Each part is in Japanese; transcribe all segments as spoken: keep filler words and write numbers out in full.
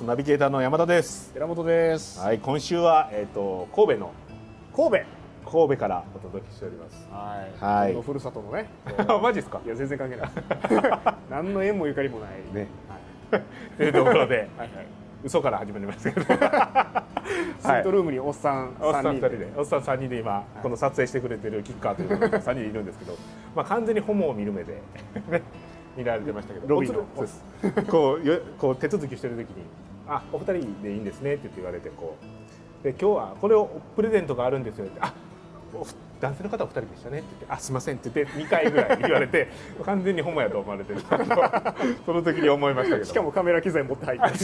。ナビゲーターの山田です。 寺本です。 はい、今週はえっ、ー、と神戸の神戸神戸からお届けしております。 はい。 はい。 のふるさとのね。 マジですか？ いや全然関係ない。何の縁もゆかりもない。 ね。はい。というところで、はいはい、嘘から始まりましたけど。スイートルームにおっさんさんにんで、 おっさんさんにんで今、はい、この撮影してくれてるキッカーというのがさんにんいるんですけど、まあ完全にホモを見る目で見られてましたけど、 ロビーのそうですこうよこう手続きしてる時に、あ、お二人でいいんですねって言われて、こうで今日はこれをプレゼントがあるんですよって、あ、男性の方はふたりでしたねって言って、あ、すいませんって言ってにかいぐらい言われて完全にホモやと思われてるその時に思いましたけど、 しかもカメラ機材持って入って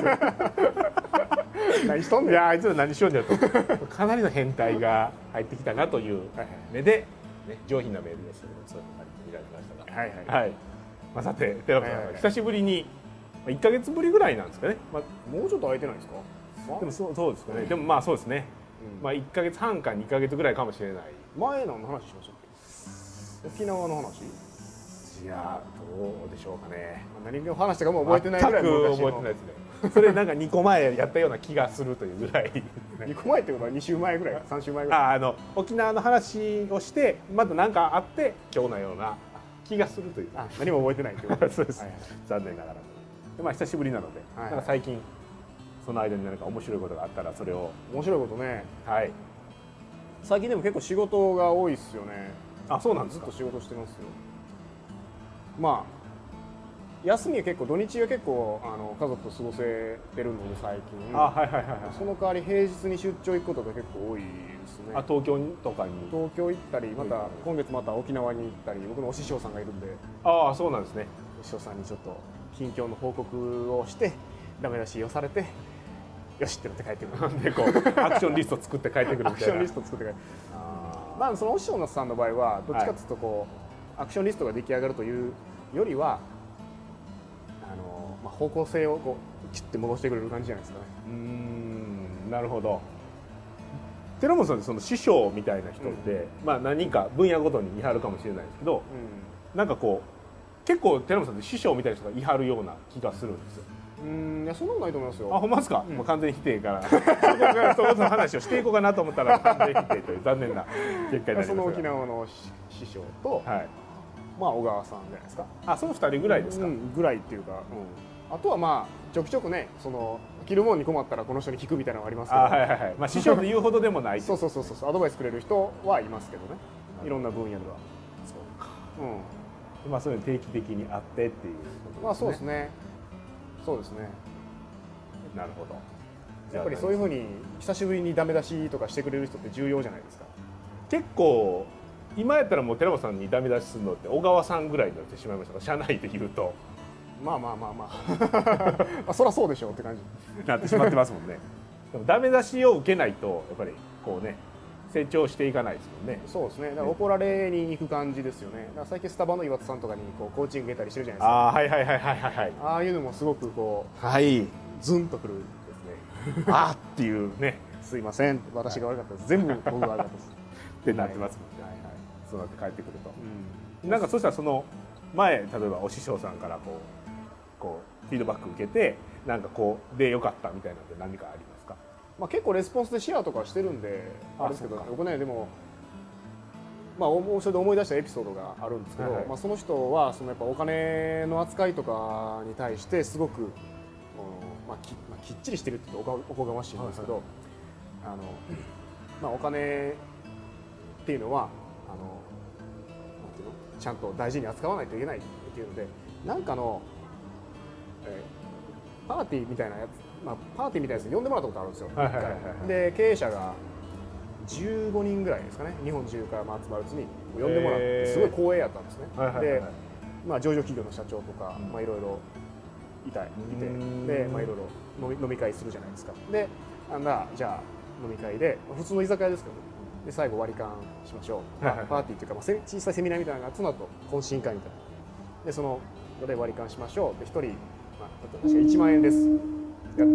何しとんねん。 いや、あいつら何しようんだよとかなりの変態が入ってきたなという目で、ね、上品なメールですけど、そういう感じで見られてましたが、はいはい、はい、まあ、さて寺本さん、はいはい、久しぶりにいっかげつぶりぐらいなんですかね、まあ、 もうちょっと空いてないですか？ まあ、でもそう、そうですかね、うん、でもまあそうですね、うん、まあいっかげつはんかにかげつぐらいかもしれない。 前何の話しましたっけ？沖縄の話？ いや、どうでしょうかね。 何を話したかも覚えてないぐらい全く覚えてないですね。それなんかにこまえやったような気がするというぐらいにこまえってことはに週前ぐらい、さん週前ぐらい。 ああの沖縄の話をしてまた何かあって今日のような気がするという。 あ、何も覚えてないということそうです、はいはい、残念ながら。で、まあ久しぶりなので、はいはい、なんか最近その間に何か面白いことがあったらそれを。 面白いことね、 はい、 最近でも結構仕事が多いですよね。 あ、そうなんですか？ ずっと仕事してますよ。まあ休みは結構、土日は結構あの家族と過ごせてるので最近。 あ、はいはいはいはい。 その代わり平日に出張行くことが結構多いですね。 あ、東京とかに。 東京行ったり、また今月また沖縄に行ったり、僕のお師匠さんがいるんで。 ああ、そうなんですね。 お師匠さんにちょっと近況の報告をしてダメ出しをされて、よしってなって帰ってくる。 でこうアクションリスト作って帰ってくるみたいな。 アクションリスト作って帰ってくる。まあそのお師匠さんの場合はどっちかというとこう、はい、アクションリストが出来上がるというよりは、あの、まあ、方向性をこうキュッて戻してくれる感じじゃないですかね。 うーん、なるほど。寺本さんってその師匠みたいな人って、うん、まあ何か分野ごとにいはるかもしれないですけど、うん、なんかこう結構寺本さんって師匠みたいな人がいはるような気がするんですよ。 うん、いや、そんなことないと思いますよ。 あ、ほんまですか？うん、もう完全否定からそこからそこの話をしていこうかなと思ったら完全否定という残念な結果になりましたが、その沖縄の師匠と、はい、まあ小川さんじゃないですか。 あ、そのふたりぐらいですか？ うん、ぐらいっていうか、うん、あとはまあちょくちょくね、その着るものに困ったらこの人に聞くみたいなのがありますけど、あ、 はいはいはい、まあ師匠というほどでもないそうそうそうそう、アドバイスくれる人はいますけどね、いろんな分野では。 そうか、うん、まあそういうの定期的にあってっていうことですね。 まあそうですね、そうですね。 なるほど。 やっぱりそういうふうに久しぶりにダメ出しとかしてくれる人って重要じゃないですか。 結構今やったらもう寺本さんにダメ出しするのって小川さんぐらいになってしまいましたが、社内で言うとまあまあまあまああ、そりゃそうでしょうって感じになってしまってますもんね。でもダメ出しを受けないとやっぱりこうね、成長していかないですもんね。 そうですね。だから怒られに行く感じですよね。だから最近スタバの岩田さんとかにこうコーチング受けたりしてるじゃないですか。 ああ、はいはいはいはいはい。 ああいうのもすごくこう、はい、 ズンとくるですね。 あーっていうね、 すいません、私が悪かったです。全部僕が悪かったですってなってますもんね。はいはい。そうなって帰ってくると、うん、なんかそしたらその前、例えばお師匠さんからこうこうフィードバック受けて、なんかこうで良かったみたいなので何かありますか？ まあ結構レスポンスでシェアとかしてるんであれですけど、僕ね、でもまあそれで思い出したエピソードがあるんですけど、はいはい、まあその人はそのやっぱお金の扱いとかに対してすごくまあ き, まあ、きっちりしてるって言うとおこがましいんですけど、はいはい、あのまあ、お金っていうのはあのなんていうの、ちゃんと大事に扱わないといけないっていうので、なんかの、えー、パーティーみたいなやつ、まあ、パーティーみたいなやつに呼んでもらったことあるんですよ。で経営者がじゅうごにんぐらいですかね、日本中から集まるうちに呼んでもらって、すごい光栄やったんですね。で、まあ、上場企業の社長とか、まあ、いろいろいたいて、で、まあ、いろいろ飲み、飲み会するじゃないですか。で、あんなじゃあ飲み会で普通の居酒屋ですけど、ね、で最後割り勘しましょう、まあ、パーティーというか、まあ、小さいセミナーみたいなのがその後懇親会みたいなで、そので割り勘しましょうで、ひとり、まあ、確かいちまんえんです。やった。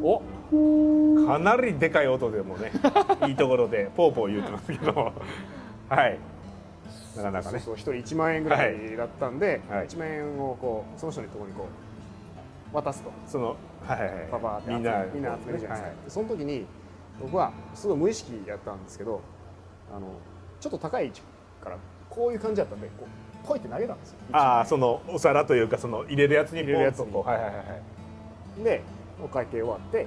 お、かなりでかい音でもねいいところでポーポー言うてますけどはい、なかなかね、 そうそう、ひとりいちまんえんぐらいだったんで、はい、いちまんえんをこうその人のところにこう渡すと、 そのはいはいはいパパってみんなみんな集めるじゃないですか、その時に僕はすごい無意識やったんですけど、あのちょっと高い位置からこういう感じだったんでこうポイって投げたんですよ。 ああそのお皿というかその入れるやつに入れるやつにポンとこうはいはいはいはいでお会計終わって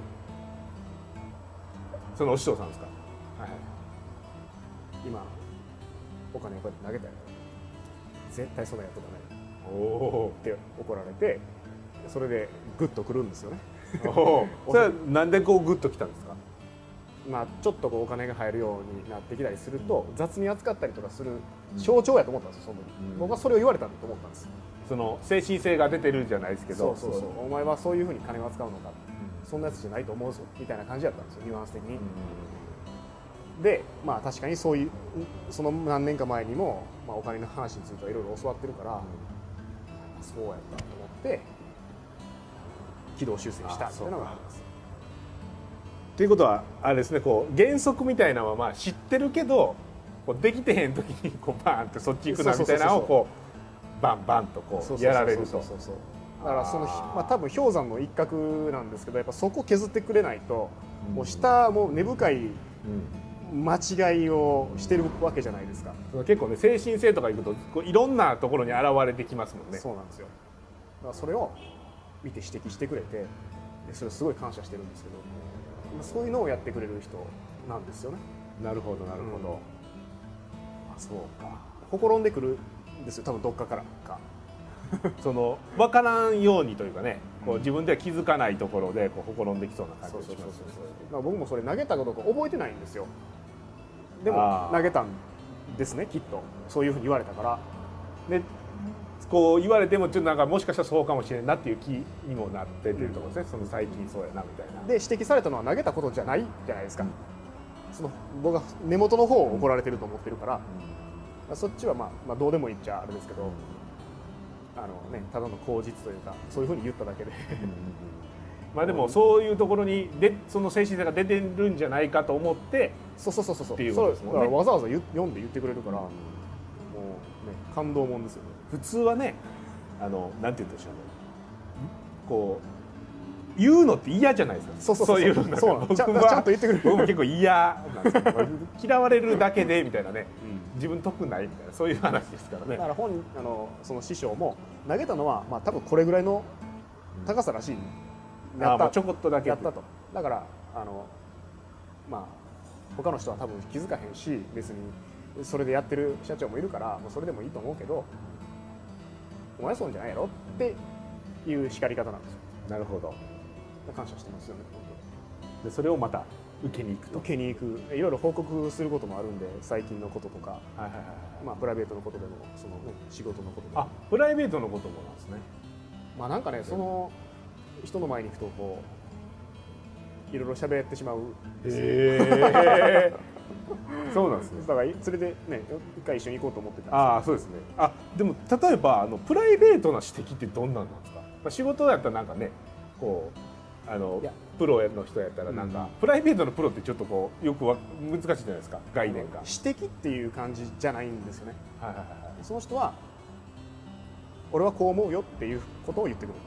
そのお師匠さんですか、はいはい、 今お金をこうやって投げたよ絶対そんなやったらないおおって怒られて、それでグッとくるんですよね。 おおそれはなんでこうグッときたんですか。 まあちょっとこうお金が入るようになってきたりすると雑に扱ったりとかする象徴やと思ったんですよ、その時、うん、僕はそれを言われたんだと思ったんです。 その精神性が出てるじゃないですけど、 そうそうそう、お前はそういうふうに金を扱うのか、うん、そんなやつじゃないと思うぞみたいな感じだったんですよ、ニュアンス的に、うん、でまあ確かにそういうその何年か前にも、まあ、お金の話についてはいろいろ教わってるから、うん、そうやったと思って軌道修正したっていうのがあります。 ということはあれですね、こう原則みたいなのはまあ知ってるけどこうできてへん時にこうバーンってそっち行くなみたいなのをこうバンバンとこうやられると。 だからそのまあ多分氷山の一角なんですけど、やっぱそこ削ってくれないと、うん、もう下もう根深い間違いをしてるわけじゃないですか。 うん、結構ね精神性とかいくとこういろんなところに現れてきますもんね。 そうなんですよ。だからそれを見て指摘してくれて、それすごい感謝してるんですけど。そういうのをやってくれる人なんですよね。 なるほどなるほど、うん、 あそうかほころんでくるんですよ多分どっかからかその分からんようにというかね、こう自分では気づかないところでこうほころんできそうな感じがします。 僕もそれ投げたことか覚えてないんですよ。でも投げたんですねきっと、そういうふうに言われたから。 でこう言われてもちょっとなんかもしかしたらそうかもしれないなっていう気にもなってっていうところですね、うん、その最近そうやなみたいな。 で指摘されたのは投げたことじゃないじゃないですか、うん、その僕は根元の方を怒られてると思ってるから、うん、そっちはまあ、まあどうでもいいっちゃあれですけど、うん、あのね、ただの口実というかそういうふうに言っただけでまあでもそういうところにでその精神性が出てるんじゃないかと思ってそうそうそうそうっていうことですもんね。 わざわざ読んで言ってくれるから、もうね感動もんですよね。 普通はね、あのなんて言うんでしょうね、こう言うのって嫌じゃないですか。 そうそうそう、そういうのそう僕はちゃんと言ってくれる。 僕も結構嫌なんですけど嫌われるだけでみたいなね、うん、自分得ないみたいなそういう話ですからね。 だから本あのその師匠も投げたのはまあ多分これぐらいの高さらしい、 うん、やったちょこっとだけやったと。だからあのまあ他の人は多分気づかへんし、別にそれでやってる社長もいるからもうそれでもいいと思うけど、お前そうじゃないやろっていう叱り方なんですよ。 なるほど。 感謝してますよね。 でそれをまた受けに行くと。 受けに行く。いろいろ報告することもあるんで、最近のこととか、はいはいはい、まあプライベートのことでもその、ね、仕事のことでも。 あ、プライベートのこともなんですね。 まあなんかね、その人の前に行くとこういろいろ喋ってしまう。 へーそうなんですね。 だから連れてね一回一緒に行こうと思ってたんです。 ああそうですね。あでも例えばあのプライベートな指摘ってどんなんなんですか。まあ、仕事だったらなんかねこうあのプロの人やったらなんか、うん、プライベートのプロってちょっとこうよくわ難しいじゃないですか概念が。 指摘っていう感じじゃないんですよね。はいはいはい。その人は俺はこう思うよっていうことを言ってくるんです。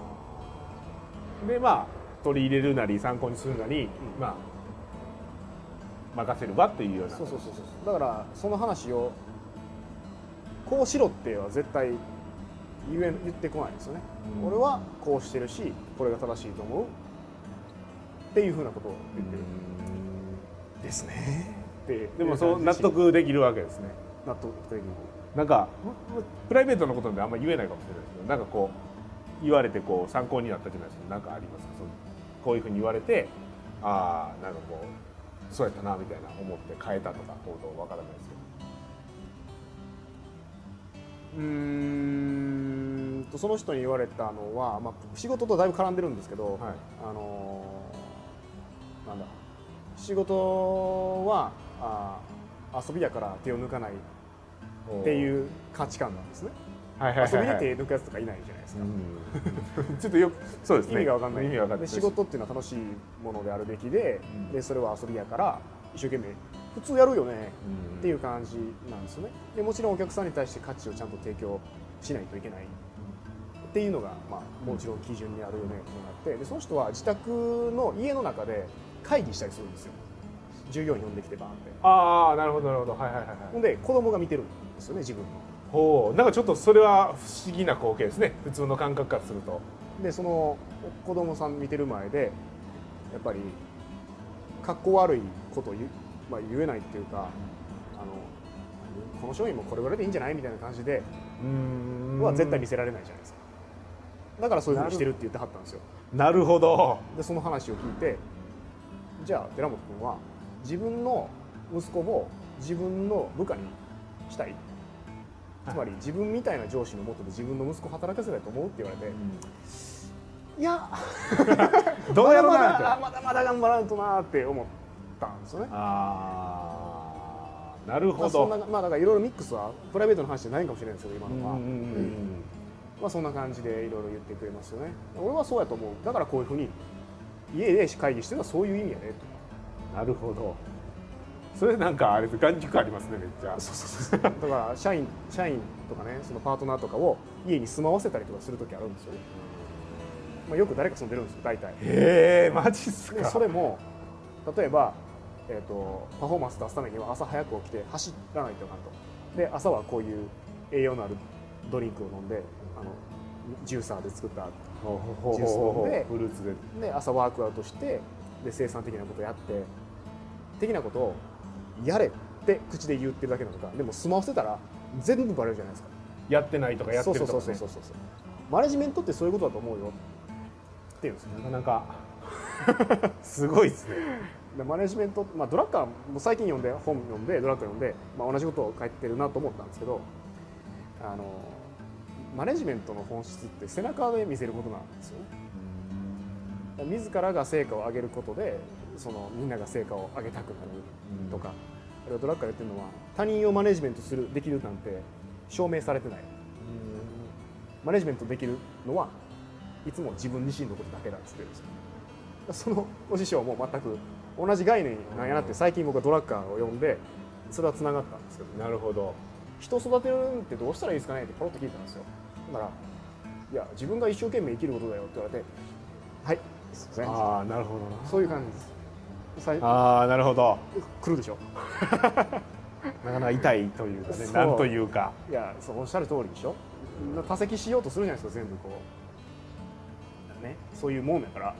でまあ取り入れるなり参考にするなり、うん、まあ任せるわっていうような。 そうそうそうそう。だからその話をこうしろっては絶対言え言ってこないんですよね、うん、俺はこうしてるしこれが正しいと思うっていうふうなことを言ってるんですね。 ででもそう納得できるわけですね。 納得できる。 なんかプライベートのことであんまり言えないかもしれないですけど、なんかこう言われてこう参考になったじゃないですか。なんかありますか。こういうふうに言われてああなんかこうそうやったなみたいな思って変えたとかどうどうわからないですけど。 うーんとその人に言われたのは、まあ、仕事とだいぶ絡んでるんですけど、はい、あのなんだ仕事はあ遊びやから手を抜かないっていう価値観なんですね。はいはいはいはい、遊びで手抜くやつとかいないじゃないですか。 うん、ちょっとよくそうですね。 意味が分かんない。 意味分かんない。 で仕事っていうのは楽しいものであるべきで、うん、でそれは遊びやから一生懸命普通やるよねっていう感じなんですよね。でもちろんお客さんに対して価値をちゃんと提供しないといけないっていうのが、まあ、もちろん基準にあるよねとなって、でその人は自宅の家の中で会議したりするんですよ。従業員呼んできてバーンって。 ああなるほどなるほど、はいはいはいはい。 ほんで子供が見てるんですよね、自分の。 ほう、なんかちょっとそれは不思議な光景ですね、普通の感覚からすると。 でその子供さん見てる前でやっぱりかっこ悪いことを言う、まあ、言えないっていうか、あのこの商品もこれぐらいでいいんじゃないみたいな感じでは絶対見せられないじゃないですか。だからそういうふうにしてるって言ってはったんですよ。 なるほど。 でその話を聞いて、じゃあ寺本君は自分の息子を自分の部下にしたい、つまり自分みたいな上司のもとで自分の息子を働かせたいと思うって言われて、うん、いやどうやろうなまだまだまだまだ頑張らんとなって思ったんですよね。 ああなるほど。まあ、 そんなまあだからいろいろミックスはプライベートの話じゃないかもしれないですけど今のは、うんうんうん、まあそんな感じでいろいろ言ってくれますよね。俺はそうやと思う。だからこういうふうに家で会議してるのはそういう意味やねと。 なるほど。それなんかあれ眼軸ありますね、めっちゃ。 そうそうそうだから社員社員とかね、そのパートナーとかを家に住まわせたりとかする時あるんですよね。まあ、よく誰か住んでるんですよ大体。 へえマジっすか。 それも例えば、えーと、パフォーマンス出すためには朝早く起きて走らないといかんと。で朝はこういう栄養のあるドリンクを飲んで、あのジューサーで作ったジュースを飲んで、 フルーツでで朝ワークアウトしてで生産的なことをやって的なことをやれって口で言ってるだけなのか、でも済ませたら全部バレるじゃないですか。 やってないとかやってるとかね。 そうそうそうそうそう。マネジメントってそういうことだと思うよっていうんですよ。 なかなかすごいですね。 マネジメント、まあ、ドラッカーも最近読んで本読んでドラッカー読んで、まあ、同じことを書いてるなと思ったんですけど、あのマネジメントの本質って背中で見せることなんですよね。自らが成果を上げることでそのみんなが成果を上げたくなるとか、あれはドラッカーが言ってるのは他人をマネジメントするできるなんて証明されてない。マネジメントできるのはいつも自分自身のことだけだって言ってるんですよ。そのお師匠も全く同じ概念なんやなって最近僕はドラッカーを読んでそれはつながったんですけど、 なるほど。 人を育てるってどうしたらいいですかねってポロッと聞いたんですよ。だからいや自分が一生懸命生きることだよって言われて、はいすいません。 ああなるほどな。 そういう感じです。 ああなるほど。 来るでしょ。 なかなか痛いというかね、なんというか。 いやそうおっしゃる通りでしょ。多席しようとするじゃないですか全部こうね、そういうもんやから。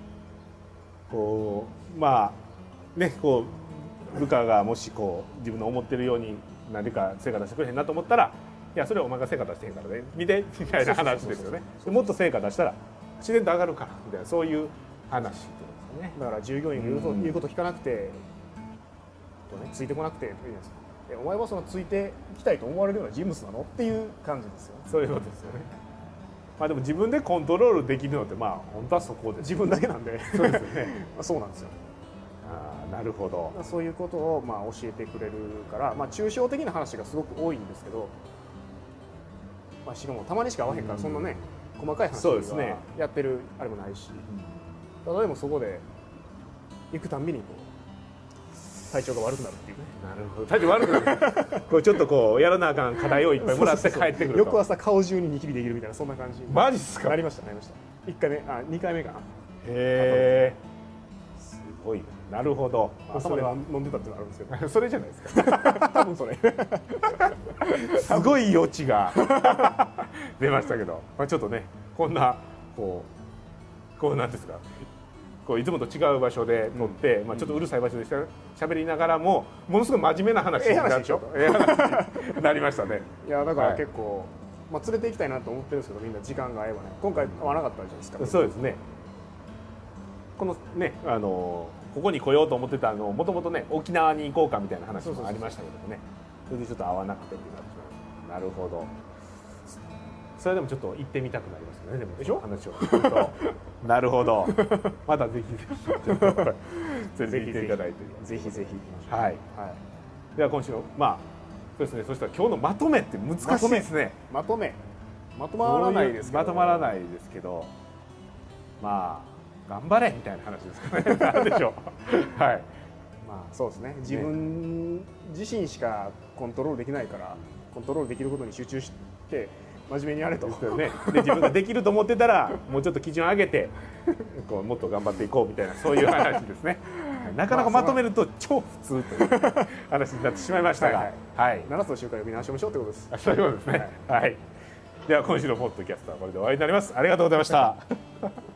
こうまあねこう部下がもしこう自分の思ってるように何か成果出してくれへんなと思ったら、いやそれはお前が成果出してへんからね見てみたいな話ですよね。もっと成果出したら自然と上がるからみたいな、そういう話ってことですね。 だから従業員が言うこと、言うこと聞かなくて、とね、ついてこなくてといいじゃないですか。えお前はそのついてきたいと思われるような人物なのっていう感じですよね。 そういうことですよね。まあでも自分でコントロールできるのってまあ本当はそこで自分だけなんでそうですよね。 そうなんですよ。 ああなるほど。 そういうことをまあ教えてくれるから、まあ抽象的な話がすごく多いんですけど、まあしかもたまにしか会わへんからそんなね、うん、細かい話はやってるあれもないし、ただでもそこで行くたんびにこう体調が悪くなるっていうね。 なるほど。体調悪くなる。こうちょっとこうやらなあかん課題をいっぱいもらって帰ってくると。 翌朝顔中にニキビできるみたいなそんな感じ。 マジっすか。 なりましたなりました。いっかいめあにかいめかな。へえ。すごいな。なるほど。 頭で飲んでたっていうのがあるんですけど。 それじゃないですか。 多分それ。 すごい余地が出ましたけど、まあちょっとねこんなこうこうなんですか。こういつもと違う場所で撮って、うん、まあちょっとうるさい場所でしゃべりながらもものすごい真面目な話になっちゃうなりましたね。 いやだから結構、はい、まあ連れて行きたいなと思ってるんですけど、みんな時間が合えばね。今回合わなかったじゃないですか。 そうですね。このねあのここに来ようと思ってたのもともとね沖縄に行こうかみたいな話もありましたけどもね、それでちょっと合わなくてってなってしまいました。なるほど。それでもちょっと行ってみたくなりますよね。でもでしょ話を聞くとなるほど。またぜひぜひ連れてきていただいてぜひぜひ。 はい、はい、では今週のまあそうですね。そしたら今日のまとめって難しいですね。 まとめまとまらないですけど、 まとまらないですけど、まあ頑張れみたいな話ですかね。なんでしょう。はい。 まあそうですね。自分自身しかコントロールできないから、コントロールできることに集中して真面目にやれと、 ですよね、で自分ができると思ってたらもうちょっと基準を上げてこうもっと頑張っていこうみたいなそういう話ですね。なかなかまとめると超普通という話になってしまいましたが、はい、はい、 ななつの習慣を見直しましょうということです。 そういうことですね。はい、はい、では今週のポッドキャストはこれで終わりになります。ありがとうございました。